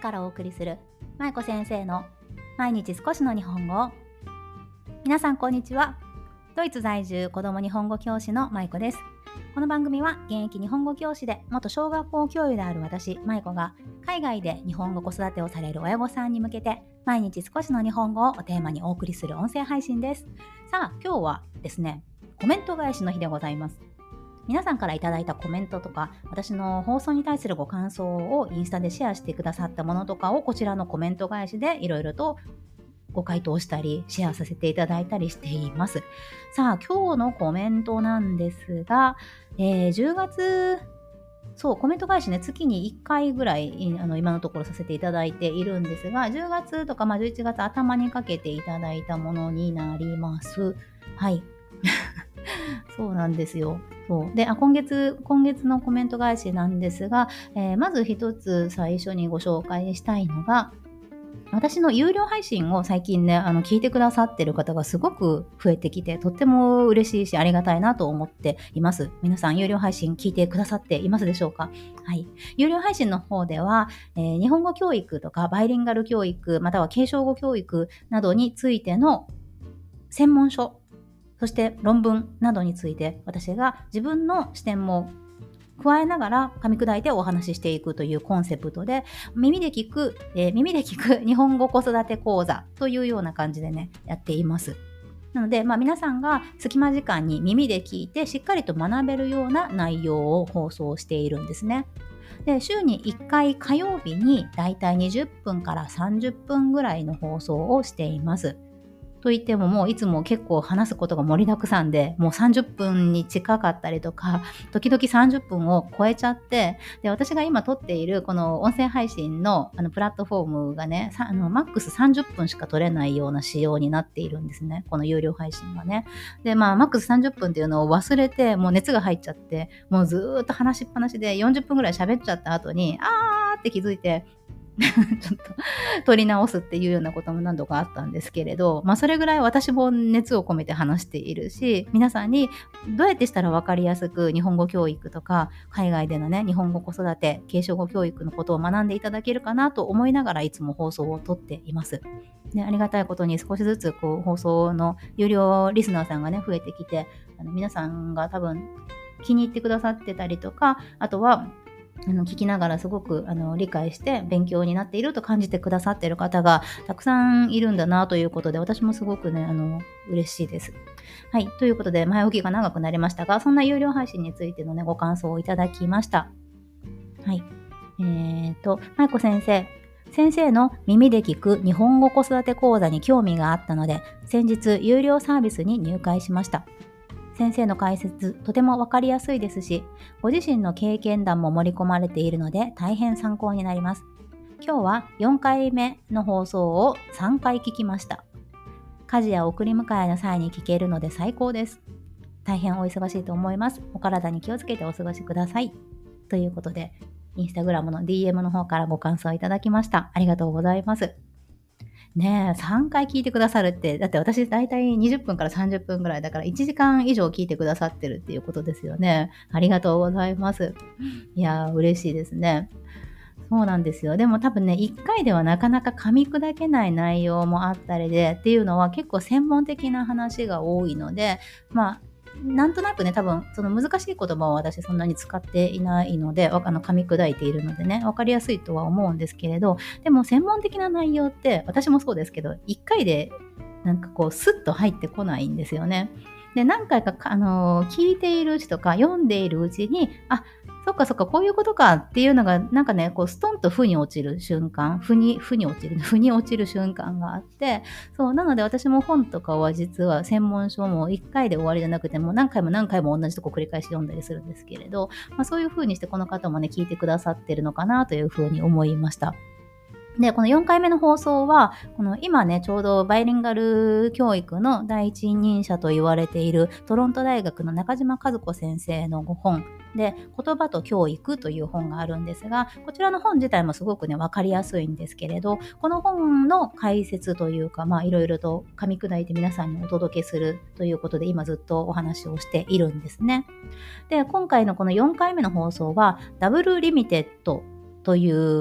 からお送りするまいこ先生の毎日少しの日本語。皆さんこんにちは。ドイツ在住子ども日本語教師のまいこです。この番組は現役日本語教師で元小学校教諭である私まいこが海外で日本語子育てをされる親御さんに向けて毎日少しの日本語をテーマにお送りする音声配信です。さあ今日はですね、コメント返しの日でございます。皆さんからいただいたコメントとか、私の放送に対するご感想をインスタでシェアしてくださったものとかをこちらのコメント返しでいろいろとご回答したりシェアさせていただいたりしています。さあ今日のコメントなんですが、10月コメント返しね、月に1回ぐらい今のところさせていただいているんですが、10月とか11月頭にかけていただいたものになります。はいそうなんですよ。で、今月のコメント返しなんですが、まず一つ最初にご紹介したいのが、私の有料配信を最近ね、聞いてくださってる方がすごく増えてきて、とっても嬉しいしありがたいなと思っています。皆さん有料配信聞いてくださっていますでしょうか？はい。有料配信の方では、日本語教育とかバイリンガル教育、または継承語教育などについての専門書、そして論文などについて私が自分の視点も加えながら噛み砕いてお話ししていくというコンセプトで耳で聞く日本語子育て講座というような感じでねやっています。なので、皆さんが隙間時間に耳で聞いてしっかりと学べるような内容を放送しているんですね。で、週に1回火曜日にだいたい20分から30分ぐらいの放送をしています。といってももういつも結構話すことが盛りだくさんで、もう30分に近かったりとか、時々30分を超えちゃって、で、私が今撮っているこの音声配信のプラットフォームがね、マックス30分しか撮れないような仕様になっているんですね。この有料配信はね。で、マックス30分っていうのを忘れて、もう熱が入っちゃって、もうずーっと話しっぱなしで40分ぐらい喋っちゃった後に、って気づいて、ちょっと撮り直すっていうようなことも何度かあったんですけれど、それぐらい私も熱を込めて話しているし、皆さんにどうやってしたら分かりやすく日本語教育とか海外でのね日本語子育て継承語教育のことを学んでいただけるかなと思いながらいつも放送を撮っています。で、ありがたいことに少しずつ放送の有料リスナーさんがね増えてきて、皆さんが多分気に入ってくださってたりとか、あとは聞きながらすごく理解して勉強になっていると感じてくださっている方がたくさんいるんだなということで、私もすごくね嬉しいです。はい、ということで前置きが長くなりましたが、そんな有料配信についてのねご感想をいただきました。はい。まいこ先生の耳で聞く日本語子育て講座に興味があったので、先日有料サービスに入会しました。先生の解説とてもわかりやすいですし、ご自身の経験談も盛り込まれているので大変参考になります。今日は4回目の放送を3回聞きました。家事や送り迎えの際に聞けるので最高です。大変お忙しいと思います。お体に気をつけてお過ごしください。ということで、インスタグラムの DM の方からご感想いただきました。ありがとうございます。ねえ、3回聞いてくださるって、だって私だいたい20分から30分ぐらいだから1時間以上聞いてくださってるっていうことですよね。ありがとうございます。いやー、嬉しいですね。そうなんですよ。でも多分ね、1回ではなかなか噛み砕けない内容もあったりでっていうのは結構専門的な話が多いので、なんとなくね、多分その難しい言葉を私そんなに使っていないので、噛み砕いているのでね、わかりやすいとは思うんですけれど、でも専門的な内容って私もそうですけど、1回でスッと入ってこないんですよね。で、何回か、聞いているうちとか読んでいるうちに、そっかこういうことかっていうのがストンと腑に落ちる瞬間、腑に落ちる瞬間があって、なので私も本とかは実は専門書も1回で終わりじゃなくても何回も同じとこ繰り返し読んだりするんですけれど、そういう風にしてこの方もね聞いてくださってるのかなという風に思いました。で、この4回目の放送は、今ね、ちょうどバイリンガル教育の第一人者と言われているトロント大学の中島和子先生のご本で、言葉と教育という本があるんですが、こちらの本自体もすごくね、わかりやすいんですけれど、この本の解説というか、いろいろと噛み砕いて皆さんにお届けするということで、今ずっとお話をしているんですね。で、今回のこの4回目の放送は、ダブルリミテッドという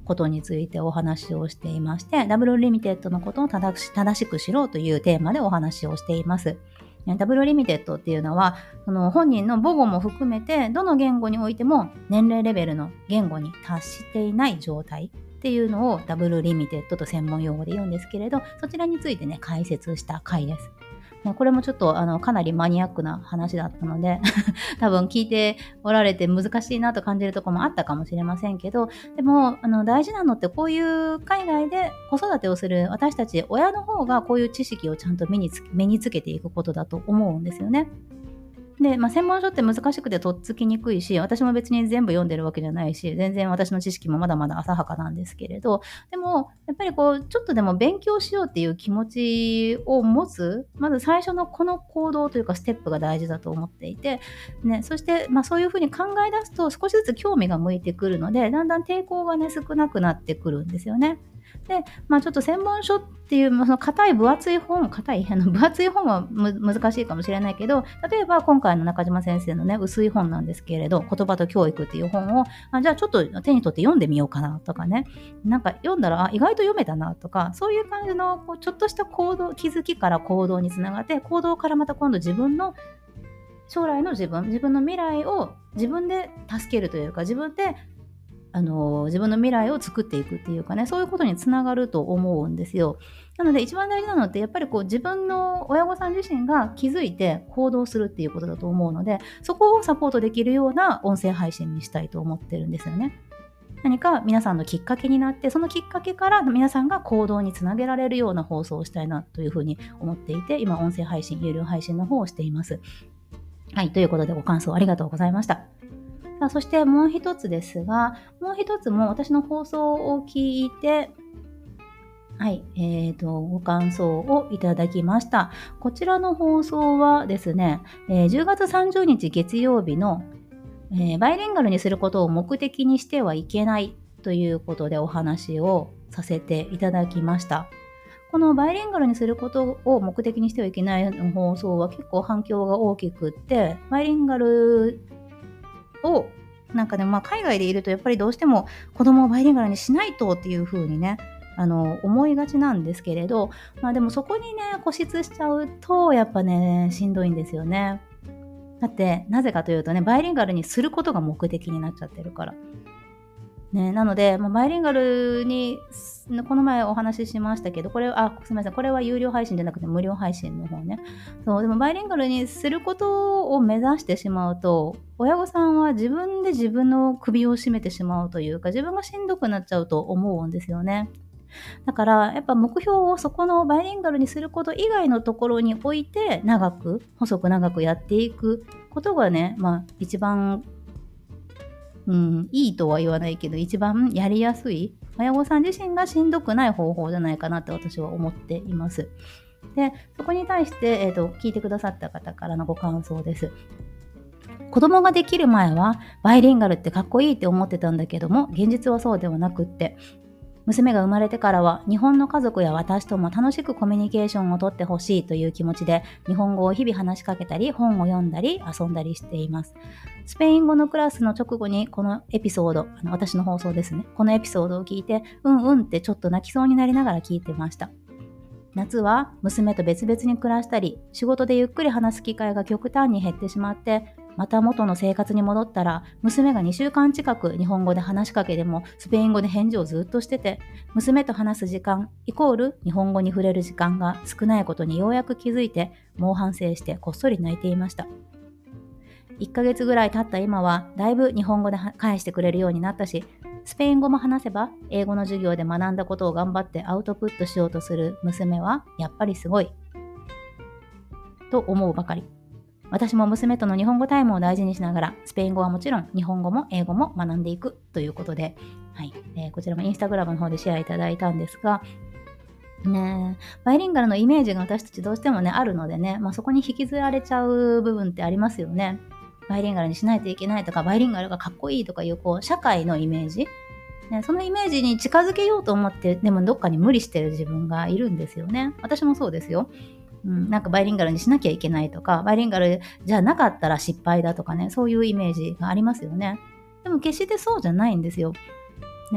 ことについてお話をしていまして、ダブルリミテッドのことを正しく知ろうというテーマでお話をしています。ダブルリミテッドっていうのは、その本人の母語も含めてどの言語においても年齢レベルの言語に達していない状態っていうのをダブルリミテッドと専門用語で言うんですけれど、そちらについてね解説した回です。これもちょっとかなりマニアックな話だったので多分聞いておられて難しいなと感じるところもあったかもしれませんけど、でも大事なのってこういう海外で子育てをする私たち親の方がこういう知識をちゃんと身につけていくことだと思うんですよね。で、専門書って難しくてとっつきにくいし、私も別に全部読んでるわけじゃないし、全然私の知識もまだまだ浅はかなんですけれど、でもやっぱりこうちょっとでも勉強しようっていう気持ちを持つ、まず最初のこの行動というかステップが大事だと思っていて、ね、そしてそういうふうに考え出すと少しずつ興味が向いてくるので、だんだん抵抗がね少なくなってくるんですよね。で、ちょっと専門書っていう、その分厚い本は難しいかもしれないけど、例えば今回の中島先生のね、薄い本なんですけれど、言葉と教育っていう本を、じゃあちょっと手に取って読んでみようかなとかね、なんか読んだら、意外と読めたなとか、そういう感じのこうちょっとした気づきから行動につながって、行動からまた今度自分の将来の自分の未来を自分で助けるというか、自分で自分の未来を作っていくっていうかね、そういうことにつながると思うんですよ。なので一番大事なのってやっぱりこう自分の親御さん自身が気づいて行動するっていうことだと思うので、そこをサポートできるような音声配信にしたいと思ってるんですよね。何か皆さんのきっかけになって、そのきっかけから皆さんが行動につなげられるような放送をしたいなというふうに思っていて、今音声配信、有料配信の方をしています。はい、ということでご感想ありがとうございました。そしてもう一つですが、もう一つも私の放送を聞いて、はい、ご感想をいただきました。こちらの放送はですね、10月30日月曜日の、バイリンガルにすることを目的にしてはいけないということでお話をさせていただきました。このバイリンガルにすることを目的にしてはいけないの放送は結構反響が大きくって、バイリンガルをなんかね、海外でいるとやっぱりどうしても子供をバイリンガルにしないとっていう風にね、思いがちなんですけれど、でもそこにね固執しちゃうとやっぱねしんどいんですよね。だってなぜかというとね、バイリンガルにすることが目的になっちゃってるから。ね、なので、バイリンガルにこの前お話ししましたけど、すみません、これは有料配信じゃなくて無料配信の方ね。そうでもバイリンガルにすることを目指してしまうと、親御さんは自分で自分の首を絞めてしまうというか、自分がしんどくなっちゃうと思うんですよね。だからやっぱ目標をそこのバイリンガルにすること以外のところに置いて細く長くやっていくことがね、一番いいとは言わないけど一番やりやすい、親御さん自身がしんどくない方法じゃないかなって私は思っています。で、そこに対して、聞いてくださった方からのご感想です。子供ができる前はバイリンガルってかっこいいって思ってたんだけども、現実はそうではなくって、娘が生まれてからは日本の家族や私とも楽しくコミュニケーションをとってほしいという気持ちで日本語を日々話しかけたり本を読んだり遊んだりしています。スペイン語のクラスの直後にこのエピソード、私の放送ですね、このエピソードを聞いてうんってちょっと泣きそうになりながら聞いてました。夏は娘と別々に暮らしたり、仕事でゆっくり話す機会が極端に減ってしまって、また元の生活に戻ったら、娘が2週間近く日本語で話しかけてもスペイン語で返事をずっとしてて、娘と話す時間イコール日本語に触れる時間が少ないことにようやく気づいて、猛反省してこっそり泣いていました。1ヶ月ぐらい経った今は、だいぶ日本語で返してくれるようになったし、スペイン語も話せば、英語の授業で学んだことを頑張ってアウトプットしようとする娘は、やっぱりすごい。と思うばかり。私も娘との日本語タイムを大事にしながら、スペイン語はもちろん、日本語も英語も学んでいくということで、はい、こちらもインスタグラムの方でシェアいただいたんですが、バイリンガルのイメージが私たちどうしてもね、あるのでね、そこに引きずられちゃう部分ってありますよね。バイリンガルにしないといけないとか、バイリンガルがかっこいいとかいう、社会のイメージ、そのイメージに近づけようと思って、でもどっかに無理してる自分がいるんですよね。私もそうですよ。なんかバイリンガルにしなきゃいけないとか、バイリンガルじゃなかったら失敗だとかね、そういうイメージがありますよね。でも決してそうじゃないんですよ。ね。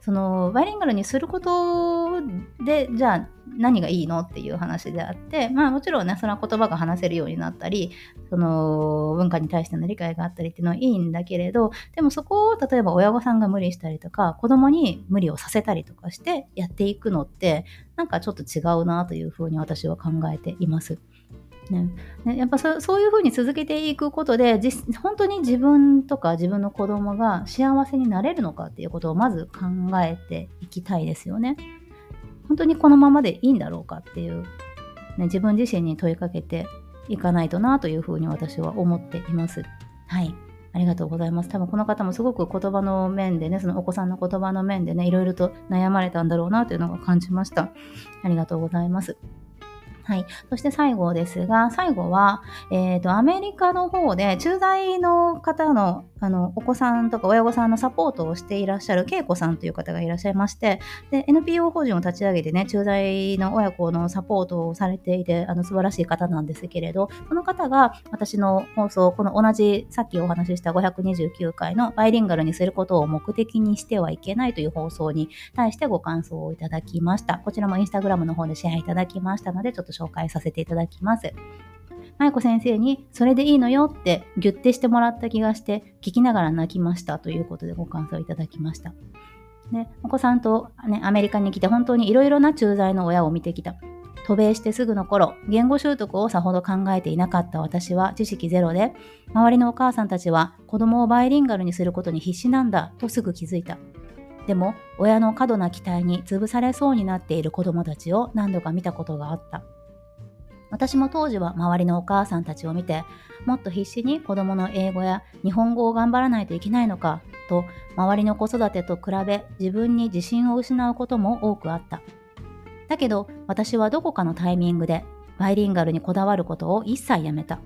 そのバイリンガルにすることでじゃあ何がいいのっていう話であって、もちろんねそれは言葉が話せるようになったり、その文化に対しての理解があったりっていうのはいいんだけれど、でもそこを例えば親御さんが無理したりとか子供に無理をさせたりとかしてやっていくのってなんかちょっと違うなというふうに私は考えています。やっぱそういうふうに続けていくことで本当に自分とか自分の子供が幸せになれるのかっていうことをまず考えていきたいですよね。本当にこのままでいいんだろうかっていう、自分自身に問いかけていかないとなというふうに私は思っています。はい、ありがとうございます。多分この方もすごく言葉の面でね、そのお子さんの言葉の面でね、いろいろと悩まれたんだろうなというのが感じました。ありがとうございます。はい。そして最後ですが、最後は、アメリカの方で駐在の方の、お子さんとか親御さんのサポートをしていらっしゃる恵子さんという方がいらっしゃいまして、で、NPO 法人を立ち上げてね、駐在の親子のサポートをされていて、素晴らしい方なんですけれど、その方が私の放送、この同じさっきお話しした529回のバイリンガルにすることを目的にしてはいけないという放送に対してご感想をいただきました。こちらもインスタグラムの方でシェアいただきましたので、ちょっと紹介させていただきます。舞子先生にそれでいいのよってギュッてしてもらった気がして聞きながら泣きましたということでご感想いただきました。ね、お子さんと、アメリカに来て本当にいろいろな駐在の親を見てきた。渡米してすぐの頃、言語習得をさほど考えていなかった私は知識ゼロで、周りのお母さんたちは子供をバイリンガルにすることに必死なんだとすぐ気づいた。でも親の過度な期待に潰されそうになっている子供たちを何度か見たことがあった。私も当時は周りのお母さんたちを見て、もっと必死に子供の英語や日本語を頑張らないといけないのかと、周りの子育てと比べ自分に自信を失うことも多くあった。だけど私はどこかのタイミングでバイリンガルにこだわることを一切やめた。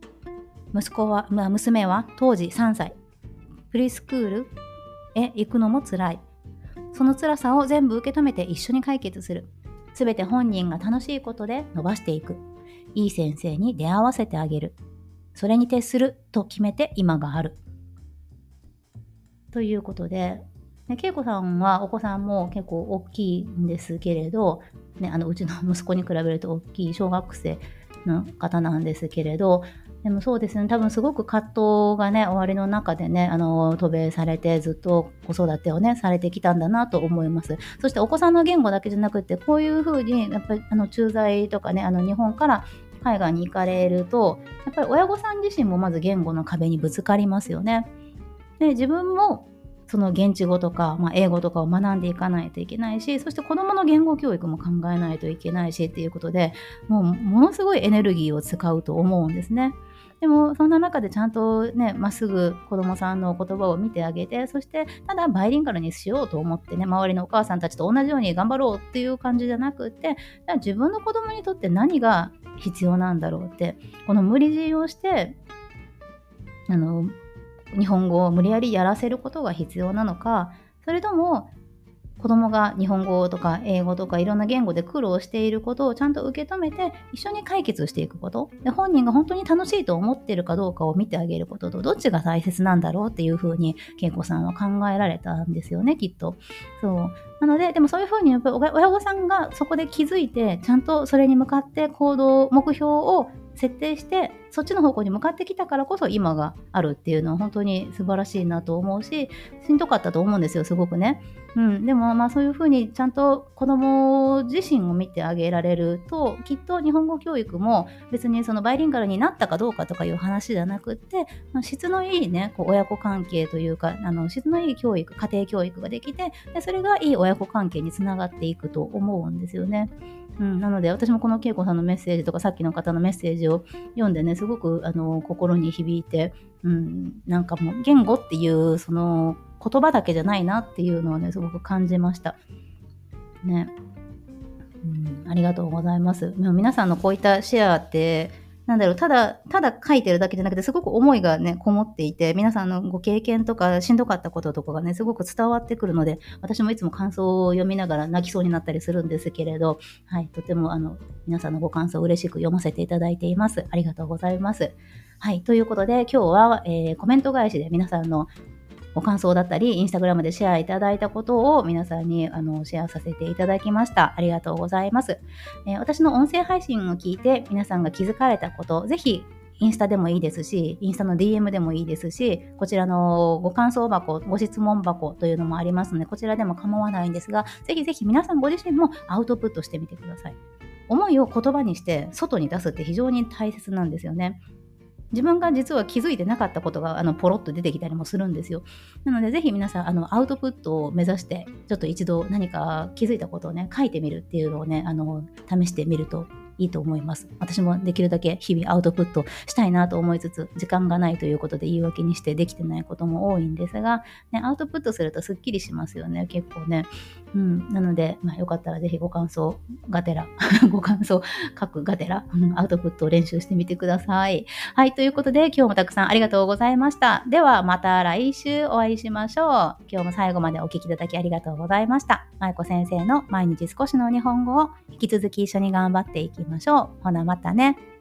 娘は当時3歳。プリスクールへ行くのも辛い。その辛さを全部受け止めて一緒に解決する。すべて本人が楽しいことで伸ばしていく。いい先生に出会わせてあげる。それに徹すると決めて今がある。ということで、恵子さんはお子さんも結構大きいんですけれど、うちの息子に比べると大きい小学生の方なんですけれど、でもそうですね、多分すごく葛藤がね、終わりの中でね、渡米されてずっと子育てをね、されてきたんだなと思います。そしてお子さんの言語だけじゃなくて、こういうふうに、やっぱり駐在とかね、日本から海外に行かれると、やっぱり親御さん自身もまず言語の壁にぶつかりますよね。で、自分もその現地語とか、英語とかを学んでいかないといけないし、そして子どもの言語教育も考えないといけないしっていうことで、もうものすごいエネルギーを使うと思うんですね。でもそんな中でちゃんとね、まっすぐ子どもさんの言葉を見てあげて、そしてただバイリンガルにしようと思ってね、周りのお母さんたちと同じように頑張ろうっていう感じじゃなくって、じゃあ自分の子どもにとって何が必要なんだろうって、この無理強いをして日本語を無理やりやらせることが必要なのか、それとも子供が日本語とか英語とかいろんな言語で苦労していることをちゃんと受け止めて一緒に解決していくことで、本人が本当に楽しいと思っているかどうかを見てあげることと、どっちが大切なんだろうっていうふうに恵子さんは考えられたんですよね、きっと。そうなので、でもそういうふうにやっぱり親御さんがそこで気づいて、ちゃんとそれに向かって目標を設定してそっちの方向に向かってきたからこそ今があるっていうのは本当に素晴らしいなと思うし、しんどかったと思うんですよ、すごくね。でもそういうふうにちゃんと子供自身を見てあげられると、きっと日本語教育も別にそのバイリンガルになったかどうかとかいう話じゃなくって、質のいいね、親子関係というか、質のいい教育、家庭教育ができて、でそれがいい親子関係につながっていくと思うんですよね。なので私もこの恵子さんのメッセージとかさっきの方のメッセージを読んでね、すごく心に響いて、なんかもう言語っていうその言葉だけじゃないなっていうのをね、すごく感じましたね。ありがとうございます。皆さんのこういったシェアってただ書いてるだけじゃなくて、すごく思いがね、こもっていて、皆さんのご経験とか、しんどかったこととかがね、すごく伝わってくるので、私もいつも感想を読みながら泣きそうになったりするんですけれど、はい、とても皆さんのご感想を嬉しく読ませていただいています。ありがとうございます。はい、ということで、今日は、コメント返しで皆さんのご感想だったり、インスタグラムでシェアいただいたことを皆さんにシェアさせていただきました。ありがとうございます。私の音声配信を聞いて皆さんが気づかれたこと、ぜひインスタでもいいですし、インスタの DM でもいいですし、こちらのご感想箱、ご質問箱というのもありますので、こちらでも構わないんですが、ぜひぜひ皆さんご自身もアウトプットしてみてください。思いを言葉にして外に出すって非常に大切なんですよね。自分が実は気づいてなかったことがポロッと出てきたりもするんですよ。なのでぜひ皆さんアウトプットを目指してちょっと一度何か気づいたことをね書いてみるっていうのをね試してみるといいと思います。私もできるだけ日々アウトプットしたいなと思いつつ時間がないということで言い訳にしてできてないことも多いんですが、ね、アウトプットするとすっきりしますよね、結構ね。なので、よかったらぜひご感想がてらご感想書くがてら、アウトプットを練習してみてください。はい、ということで今日もたくさんありがとうございました。ではまた来週お会いしましょう。今日も最後までお聞きいただきありがとうございました。まいこ先生の毎日少しの日本語を引き続き一緒に頑張っていきましょう。ほなまたね。